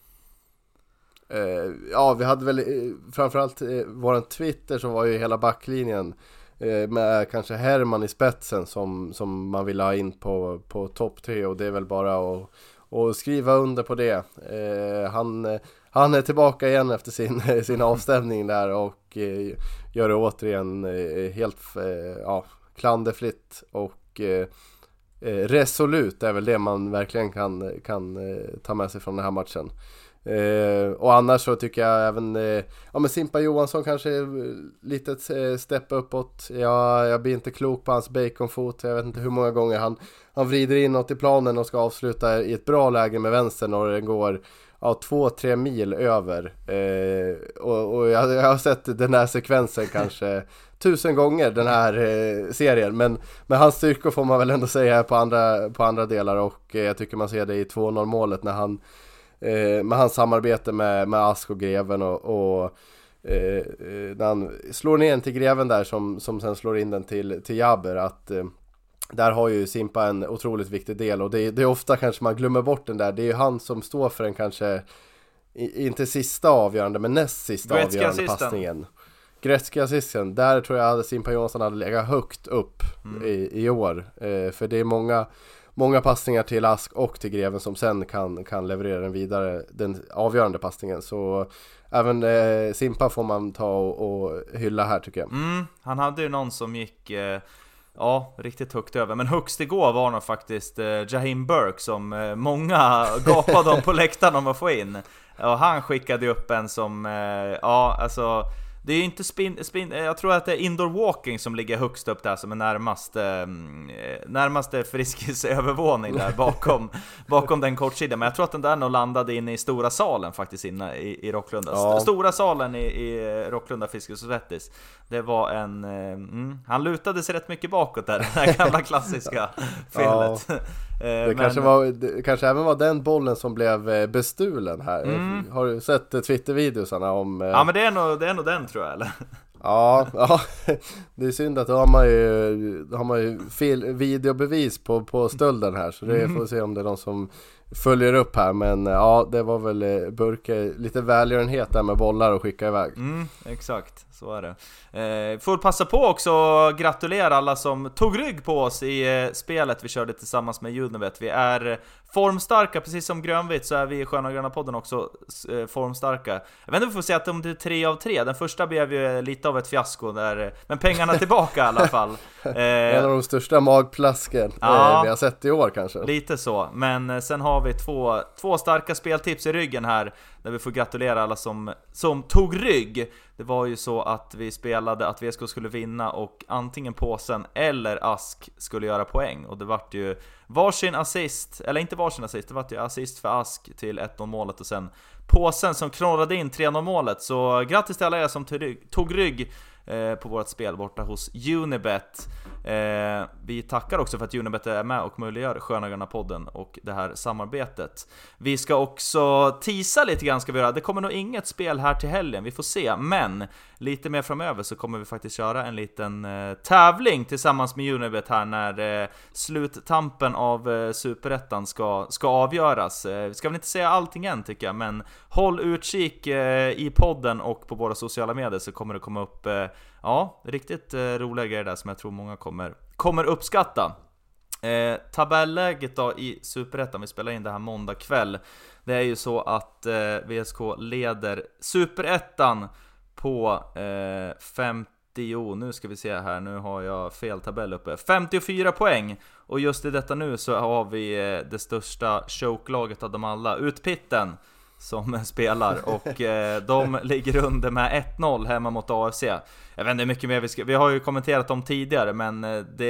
Vi hade väl framförallt våran Twitter, så var ju hela backlinjen med kanske Herman i spetsen som man vill ha in på topp 3, och det är väl bara att skriva under på det. Han är tillbaka igen efter sin avstämning där, och gör det återigen helt klanderfritt och resolut. är väl det man verkligen kan ta med sig från den här matchen. Och annars så tycker jag även men Simpa Johansson kanske lite step uppåt. Jag blir inte klok på hans baconfot. Jag vet inte hur många gånger han vrider in något i planen och ska avsluta i ett bra läge med vänstern, och den går 2-3 mil över. Och jag har sett den här sekvensen kanske 1000 gånger den här serien, men hans styrkor får man väl ändå säga på andra delar, och jag tycker man ser det i 2-0 målet när han med hans samarbete med Ask och Greven, och när han slår ner den till Greven där som sen slår in den till Jabber, att där har ju Simpa en otroligt viktig del, och det är ofta kanske man glömmer bort den där. Det är ju han som står för den kanske inte sista avgörande, men näst sista avgörande passningen. Gretzky-assisten, där tror jag att Simpa Johansson hade legat högt upp i år, för det är många passningar till Ask och till Greven som sen kan leverera den vidare, den avgörande passningen. Så även Simpa får man ta och hylla här tycker jag. Han hade ju någon som gick riktigt högt över. Men högst igår var nog faktiskt Jaheim Burke, som många gapade om på läktaren om att få in. Och han skickade ju upp en som, det är ju inte jag tror att det är indoor walking som ligger högst upp där, som är närmaste Friskis övervåning där bakom den kortsidan. Men jag tror att den där nog landade in i stora salen faktiskt, inne i Rocklunda. Ja. Stora salen i Rocklunda Friskis och Svettis. Det var han lutade sig rätt mycket bakåt där, det här gamla klassiska felet. Ja. Kanske även var den bollen som blev bestulen här. Har du sett Twitter-videosarna om... Ja, men det är nog den tror jag, eller? Ja, det är synd att då har man ju videobevis på stölden här. Så det får vi se om det är någon som följer upp här. Men ja, det var väl Burke lite välgörenhet där med bollar och skicka iväg. Exakt, så är det. Får passa på också och gratulera alla som tog rygg på oss i spelet vi körde tillsammans med Unibet. Vi är formstarka, precis som Grönvitt så är vi i Sköna Gröna podden också formstarka. Jag vet inte om vi får säga att de är 3 av 3. Den första blev ju lite av ett fiasko där, men pengarna tillbaka i alla fall. En av de största magplasken vi har sett i år kanske. Lite så, men sen har vi två starka speltips i ryggen här, där vi får gratulera alla som tog rygg. Det var ju så att vi spelade att VSK skulle vinna och antingen Påsen eller Ask skulle göra poäng. Och det vart ju varsin assist, eller inte varsin assist, det vart ju assist för Ask till 1-0 målet och sen Påsen som knorrade in 3-0 målet. Så grattis till alla er som tog rygg på vårt spel borta hos Unibet. Vi tackar också för att Unibet är med och möjliggör Sköna Gröna podden och det här samarbetet. Vi ska också teasa lite grann, ska vi göra. Det kommer nog inget spel här till helgen, vi får se. Men lite mer framöver så kommer vi faktiskt köra en liten tävling tillsammans med Unibet här när sluttampen av Superettan ska avgöras. Ska väl inte säga allting än tycker jag, men håll utkik i podden och på våra sociala medier så kommer det komma upp riktigt roliga grejer där som jag tror många kommer uppskatta. Tabelläget då i Superettan, vi spelar in det här måndag kväll. Det är ju så att VSK leder Superettan på 50, nu ska vi se här, nu har jag fel tabell uppe, 54 poäng. Och just i detta nu så har vi det största choke-laget av dem alla, Utpitten, som spelar och de ligger under med 1-0 hemma mot AFC. Jag vet inte hur mycket mer vi har ju kommenterat om tidigare, men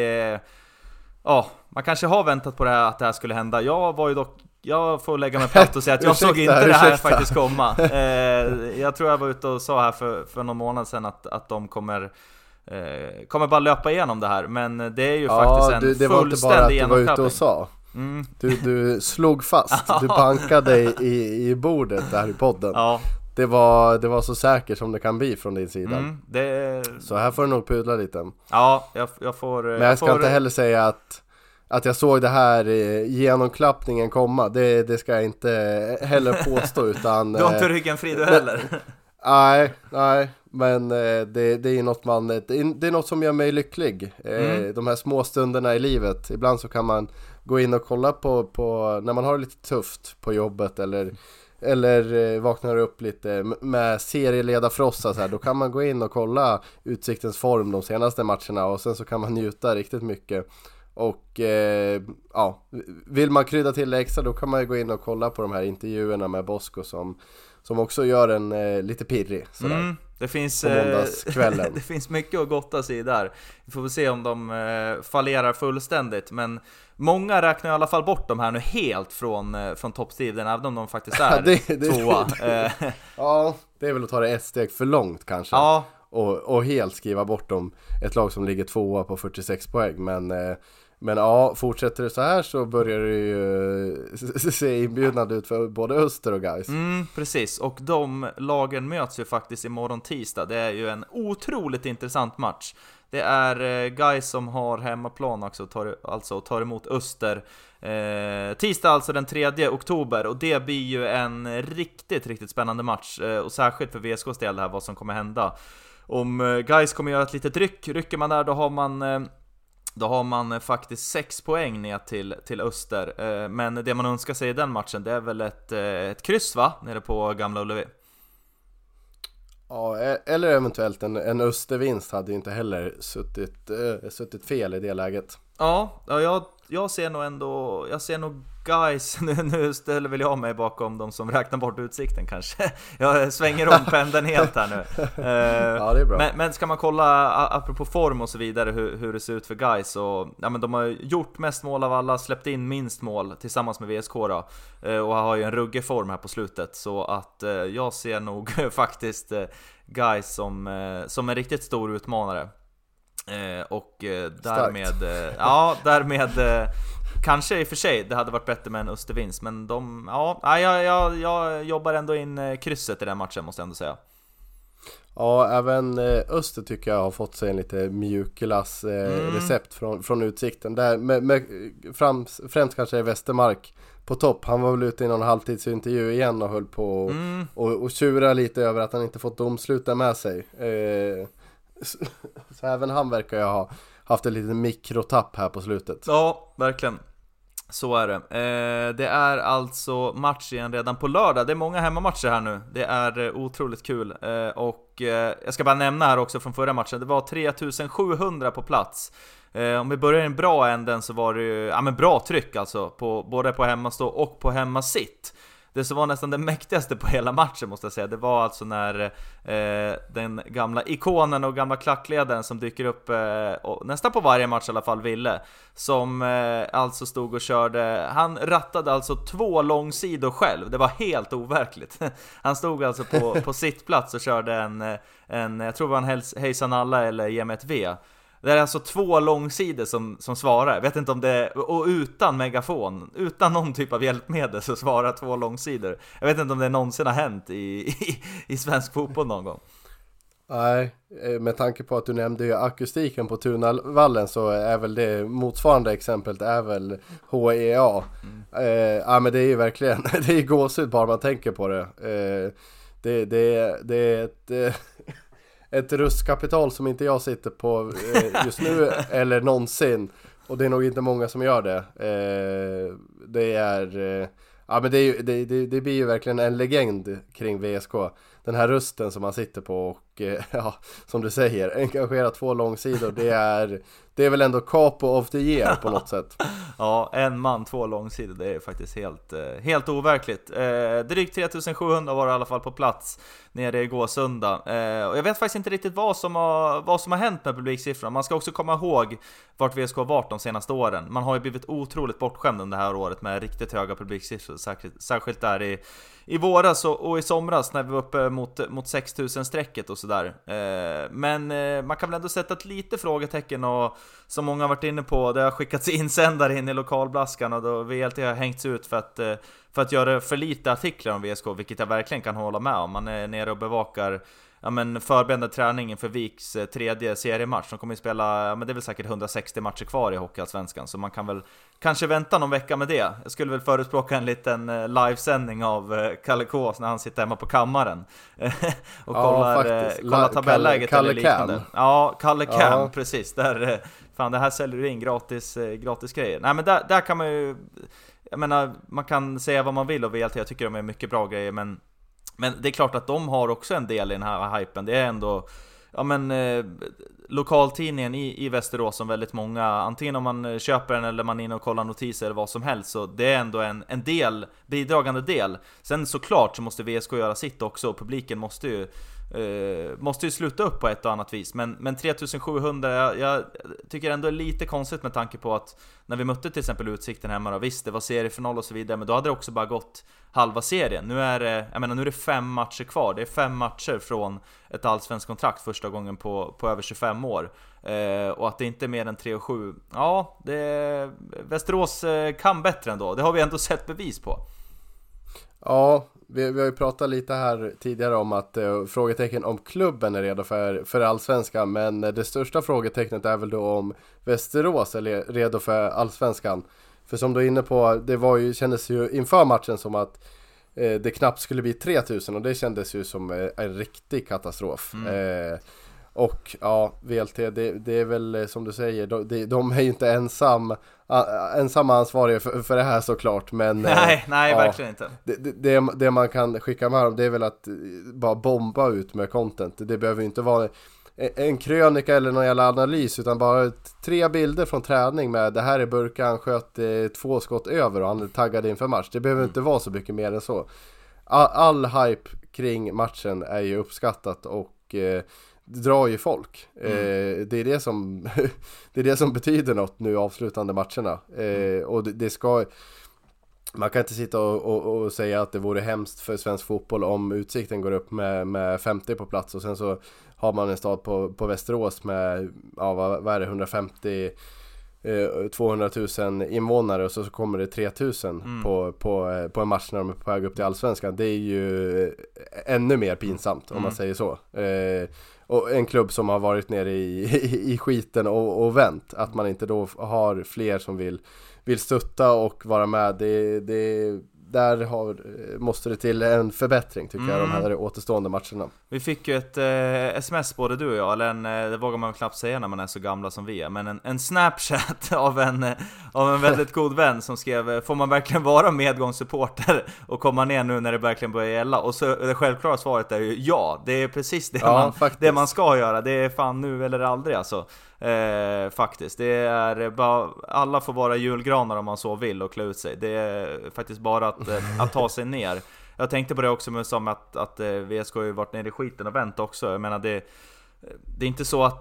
man kanske har väntat på det här, att det här skulle hända. Jag får lägga mig platt och säga att jag såg inte det här faktiskt komma. Jag tror jag var ute och sa här för någon månad sedan att de kommer bara löpa igenom det här, men det är ju faktiskt en fullständig genomklappning. Det var inte bara att du var ute och sa. Du slog fast, du bankade i bordet där i podden. Ja. Det var så säkert som det kan bli från din sida. Så här får du nog pudla lite. Ja, jag får. Men jag ska inte heller säga att jag såg det här genomklappningen komma. Det ska jag inte heller påstå, utan du har inte ryggen fri du heller. Nej, men det är något det är något som gör mig lycklig. De här små stunderna i livet. Ibland så kan man gå in och kolla på när man har det lite tufft på jobbet eller vaknar upp lite med serieledarfrossa så här, då kan man gå in och kolla Utsiktens form de senaste matcherna och sen så kan man njuta riktigt mycket. Och vill man krydda till det extra, då kan man ju gå in och kolla på de här intervjuerna med Bosko som också gör en lite pirrig sådär. Det finns det finns mycket att gotta sig där. Vi får väl se om de fallerar fullständigt, men många räknar i alla fall bort de här nu helt från toppstriden, även om de faktiskt är tvåa. Ja, det är väl att ta det ett steg för långt kanske. Ja. Och helt skriva bort dem, ett lag som ligger tvåa på 46 poäng. Men ja, fortsätter det så här så börjar det ju se inbjudande ut för både Öster och Gais. Precis, och de lagen möts ju faktiskt imorgon tisdag. Det är ju en otroligt intressant match. Det är Gais som har hemmaplan också, tar emot Öster tisdag, alltså den 3 oktober. Och det blir ju en riktigt, riktigt spännande match. Och särskilt för VSKs del här, vad som kommer hända. Om Gais kommer göra ett litet rycker man där, då har man Då har man faktiskt 6 poäng ner till Öster. Men det man önskar sig i den matchen, det är väl ett kryss, va? Nere på Gamla Ullevi. Ja, eller eventuellt en Östervinst hade ju inte heller suttit fel i det läget. Ja, jag ser nog ändå, guys, nu ställer väl jag mig bakom de som räknar bort Utsikten kanske. Jag svänger om pendeln helt här nu. Ja, det är bra. Men ska man kolla, apropå form och så vidare, hur det ser ut för guys, och ja, men de har gjort mest mål av alla, släppt in minst mål tillsammans med VSK då, och har ju en ruggig form här på slutet, så att jag ser nog faktiskt guys som en riktigt stor utmanare. Och därmed kanske i och för sig det hade varit bättre med en Östervinst, men jag jobbar ändå in krysset i den matchen, måste jag ändå säga. Ja, även Öster tycker jag har fått sig en lite mjukglass recept från Utsikten där, främst kanske Westermark på topp. Han var väl ute i någon halvtidsintervju igen och höll på och tjura lite över att han inte fått domsluta med sig. Så även han verkar ju ha haft en liten mikrotapp här på slutet. Ja, verkligen. Så är det. Det är alltså match igen redan på lördag. Det är många hemmamatcher här nu. Det är otroligt kul. Och jag ska bara nämna här också från förra matchen. Det var 3700 på plats. Om vi börjar i en bra änden så var det ju bra tryck alltså, både på hemmastå och på hemmasitt. Det som var nästan det mäktigaste på hela matchen, måste jag säga, det var alltså när den gamla ikonen och gamla klackledaren som dyker upp nästan på varje match i alla fall, Ville, som alltså stod och körde, han rattade alltså 2 långsidor själv. Det var helt overkligt. Han stod alltså på sittplats och körde en jag tror det var en hejsan alla eller ge mig ett V. Det är alltså 2 långsidor som svarar. Jag vet inte om det, och utan megafon, utan någon typ av hjälpmedel, så svarar 2 långsidor. Jag vet inte om det någonsin har hänt i svensk fotboll någon gång. Nej, med tanke på att du nämnde ju akustiken på Tunavallen, så är väl det motsvarande exemplet är väl HEA. Ja, men det är ju verkligen, det är gåshud bara man tänker på det. Det är ett rustkapital som inte jag sitter på just nu eller någonsin, och det är nog inte många som gör det. Det blir ju verkligen en legend kring VSK. Den här rösten som man sitter på och som du säger, engagera 2 långsidor, det är väl ändå capo of the year på något sätt. Ja, en man, 2 långsidor, det är faktiskt helt overkligt. Drygt 3700 var i alla fall på plats nere i Gåsunda. Och jag vet faktiskt inte riktigt vad som har hänt med publiksiffrorna. Man ska också komma ihåg vart VSK har varit de senaste åren. Man har ju blivit otroligt bortskämd under det här året med riktigt höga publiksiffror, särskilt där i våras och i somras när vi var uppe mot 6000-strecket och sådär. Men man kan väl ändå sätta ett lite frågetecken, och som många har varit inne på, det har skickats insändare in i lokalblaskan, och då VLT har hängts ut för att göra för lite artiklar om VSK, vilket jag verkligen kan hålla med om. Man är nere och bevakar förberedande träningen för Viks 3:e seriematch. De kommer att spela, det är väl säkert 160 matcher kvar i Hockeyallsvenskan, så man kan väl kanske vänta någon vecka med det. Jag skulle väl förespråka en liten livesändning av Kalle Kås när han sitter hemma på kammaren och kollar tabelläget eller liknande. Cam. Ja, Kalle Cam, precis. Där, fan, det här säljer du in gratis grejer. Nej, men där kan man ju, jag menar, man kan säga vad man vill och VLT, jag tycker de är mycket bra grejer, men det är klart att de har också en del i den här hypen. Det är ändå lokaltidningen i Västerås som väldigt många, antingen om man köper den eller man är inne och kollar notiser eller vad som helst, så det är ändå en del, bidragande del. Sen såklart så måste VSK göra sitt också, och publiken måste ju sluta upp på ett och annat vis. Men 3700, jag tycker ändå är lite konstigt med tanke på att när vi mötte till exempel Utsikten hemma då, visst det var seriefinal och så vidare, men då hade det också bara gått halva serien. Nu är det 5 matcher kvar. Det är 5 matcher från ett allsvenskt kontrakt första gången på över 25 år. Och att det inte är mer än 3-7. Ja, Västerås kan bättre ändå. Det har vi ändå sett bevis på. Ja, vi har ju pratat lite här tidigare om att frågetecken om klubben är redo för allsvenskan, men det största frågetecknet är väl då om Västerås är redo för allsvenskan. För som du är inne på, kändes ju inför matchen som att det knappt skulle bli 3000, och det kändes ju som en riktig katastrof. Och ja, VLT, det är väl som du säger, de är ju inte ensamma ansvariga för det här såklart, men nej, ja, verkligen inte. Det man kan skicka med dem, det är väl att bara bomba ut med content. Det behöver ju inte vara en krönika eller någon jävla analys, utan bara 3 bilder från träning med det här är Burka, han sköt 2 skott över och han är taggad inför match. Det behöver inte vara så mycket mer än så. All hype kring matchen är ju uppskattat och det drar ju folk. Det är det som det är det som betyder något nu, avslutande matcherna. Och det ska, man kan inte sitta och säga att det vore hemskt för svensk fotboll om Utsikten går upp med 50 på plats och sen så har man en stad på Västerås med vad är det, 150 200 000 invånare och så kommer det 3000 på en match när de är på väg upp till Allsvenskan. Det är ju ännu mer pinsamt om man säger så. Och en klubb som har varit nere i skiten och vänt, att man inte då har fler som vill stötta och vara med, där måste det till en förbättring tycker jag, de här återstående matcherna. Vi fick ju ett sms både du och jag, eller det vågar man knappt säga när man är så gamla som vi är, men en Snapchat av en väldigt god vän som skrev: får man verkligen vara medgångssupporter och komma ner nu när det verkligen börjar gälla? Och så det självklara svaret är ju ja, det är precis det man ska göra. Det är fan nu eller aldrig alltså. Faktiskt, det är bara, alla får vara julgranar om man så vill och klä ut sig. Det är faktiskt bara att ta sig ner. Jag tänkte på det också med som att VSK har ju varit nere i skiten och vänt också. Jag menar det är inte så att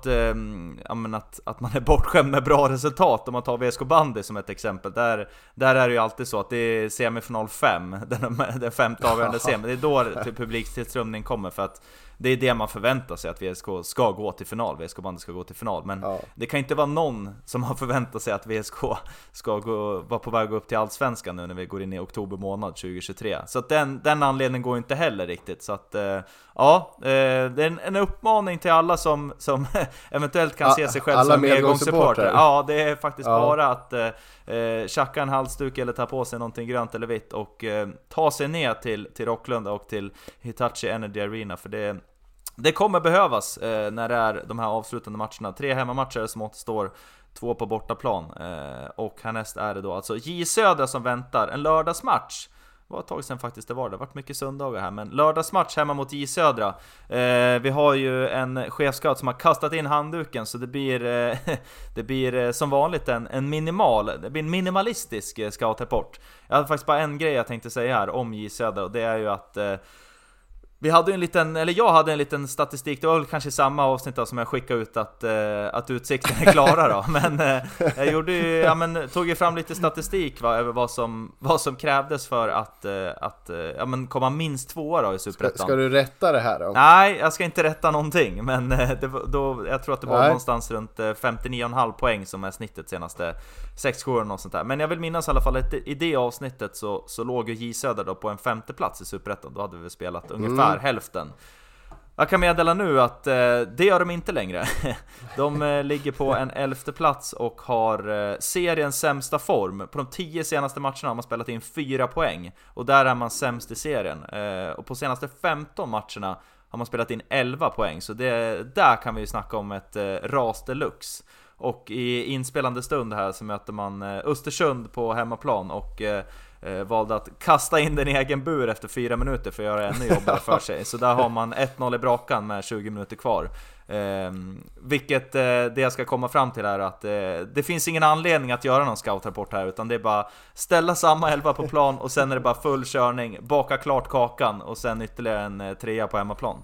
man är bortskämd med bra resultat. Om man tar VSK bandy som ett exempel, där är det ju alltid så att det är semifinal 5, den femte avgörande semin. Det är då publiktillströmning kommer, för att det är det man förväntar sig, att VSK ska gå till final, VSK bandy ska gå till final. Men det kan inte vara någon som har förväntat sig att VSK ska vara på väg upp till Allsvenskan nu när vi går in i oktober månad 2023. Så att den anledningen går inte heller riktigt. Så att det är en uppmaning till alla som eventuellt kan se sig själv som medgångssupporter. Ja, det är faktiskt bara att tjacka en halsduk eller ta på sig någonting grönt eller vitt och ta sig ner till Rocklunda och till Hitachi Energy Arena, för det kommer behövas när det är de här avslutande matcherna. 3 hemmamatcher som återstår, 2 på bortaplan, och härnäst är det då alltså J Södra som väntar, en lördagsmatch. Det var ett tag sedan faktiskt det har varit mycket söndagar här, men lördagsmatch hemma mot J Södra. Vi har ju en chefscout som har kastat in handduken, så det blir som vanligt det blir en minimalistisk scoutrapport. Jag hade faktiskt bara en grej jag tänkte säga här om J Södra, och det är ju att jag hade en liten statistik. Det var väl kanske samma avsnitt som jag skickade ut att Utsikten är klara då. Men jag tog ju fram lite statistik över vad som krävdes för att komma minst 2 då i Superettan. Ska du rätta det här då? Nej, jag ska inte rätta någonting. Men jag tror att det var någonstans runt 59,5 poäng som är snittet senaste 6 åren och sånt där. Men jag vill minnas i alla fall att i det avsnittet så låg ju J Södra då på en 5:e plats i Superettan. Då hade vi spelat ungefär hälften. Jag kan meddela nu att det gör de inte längre. De ligger på en 11:e plats och har seriens sämsta form. På de 10 senaste matcherna har man spelat in 4 poäng, och där är man sämst i serien. Och på senaste 15 matcherna har man spelat in 11 poäng. Så där kan vi ju snacka om ett ras deluxe. Och i inspelande stund här så möter man Östersund på hemmaplan och valde att kasta in den i egen bur efter 4 minuter för att göra ännu jobbigare för sig. Så där har man 1-0 i brakan med 20 minuter kvar. Vilket det jag ska komma fram till är att det finns ingen anledning att göra någon scoutrapport här, utan det är bara ställa samma 11 på plan och sen är det bara full körning, baka klart kakan och sen ytterligare en 3 på hemmaplan.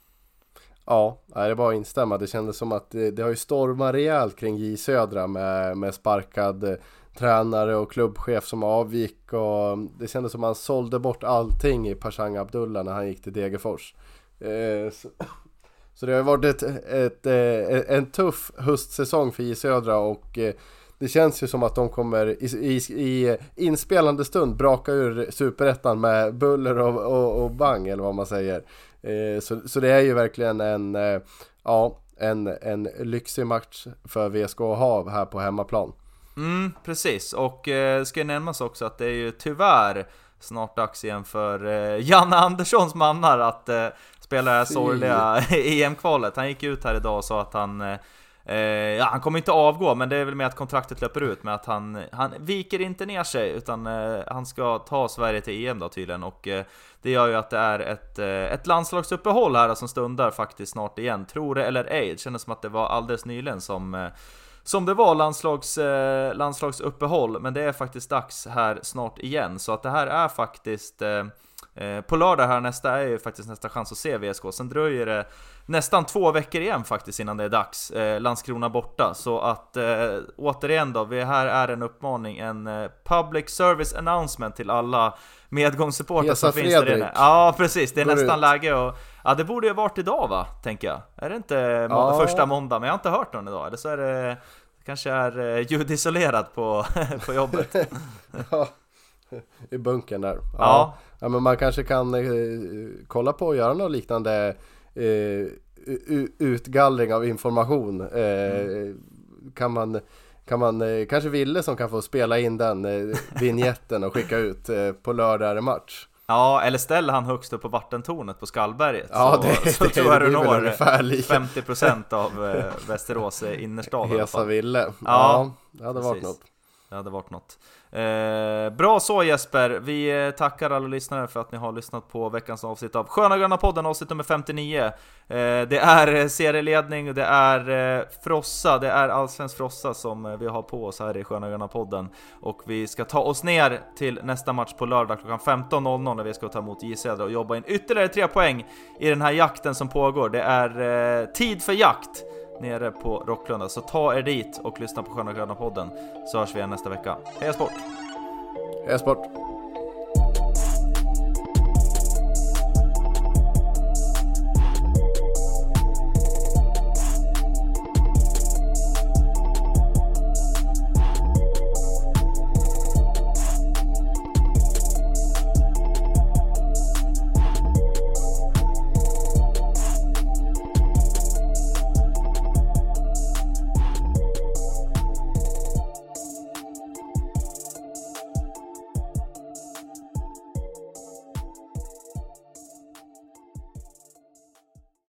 Ja, det är bara att instämma. Det kändes som att det har ju stormat rejält kring J Södra med sparkad tränare och klubbchef som avgick, och det kändes som att han sålde bort allting i Pashang Abdullah när han gick till Degerfors. Så det har varit en tuff höstsäsong för J Södra, och det känns ju som att de kommer i inspelande stund braka ur Superettan med buller och bang, eller vad man säger. Så det är ju verkligen en lyxig match för VSK att ha här på hemmaplan. Precis, och ska jag nämnas också att det är ju tyvärr snart dags igen för Janne Anderssons mannar att spelar det här sorgliga EM-kvalet. Han gick ut här idag och sa att han kommer inte avgå, men det är väl med att kontraktet löper ut, med att han viker inte ner sig, utan han ska ta Sverige till EM då tydligen. Och det gör ju att det är ett landslagsuppehåll här som stundar faktiskt snart igen. Tror det eller ej, det kändes som att det var alldeles nyligen som det var landslagsuppehåll, men det är faktiskt dags här snart igen. Så att det här är faktiskt på lördag här, nästa är ju faktiskt nästa chans att se VSK. Sen dröjer det nästan 2 veckor igen faktiskt innan det är dags. Landskrona borta. Så att återigen då, här är en uppmaning, en public service announcement till alla medgångssupportrar som finns där inne. Ja, precis, det är nästan läge. Och ja, det borde ju ha varit idag, va, tänker jag. Är det inte första måndag? Men jag har inte hört någon idag. Eller så är det kanske är ljudisolerat på jobbet. Ja, i bunkern där. Ja, men man kanske kan kolla på och göra något liknande utgallring av information. Kan man kanske Ville som kan få spela in den vignetten och skicka ut på lördag match. Ja, eller ställer han högst upp på vattentornet på Skallberget, ja, så tror jag du når 50% av Västerås innerstad. Hesa Ville. Ja, det hade varit något. Det hade varit något. Bra så Jesper. Vi tackar alla lyssnare för att ni har lyssnat på veckans avsnitt av Sköna Gröna podden, avsnitt nummer 59. Det är serieledning, det är frossa, det är allsvensk frossa som vi har på oss här i Sköna Gröna podden. Och vi ska ta oss ner till nästa match på lördag klockan 15.00 när vi ska ta emot J Södra och jobba in ytterligare 3 poäng i den här jakten som pågår. Det är tid för jakt nere på Rocklunda, så ta er dit och lyssna på Sköna Gröna podden, så hörs vi igen nästa vecka. Heja sport! Heja sport!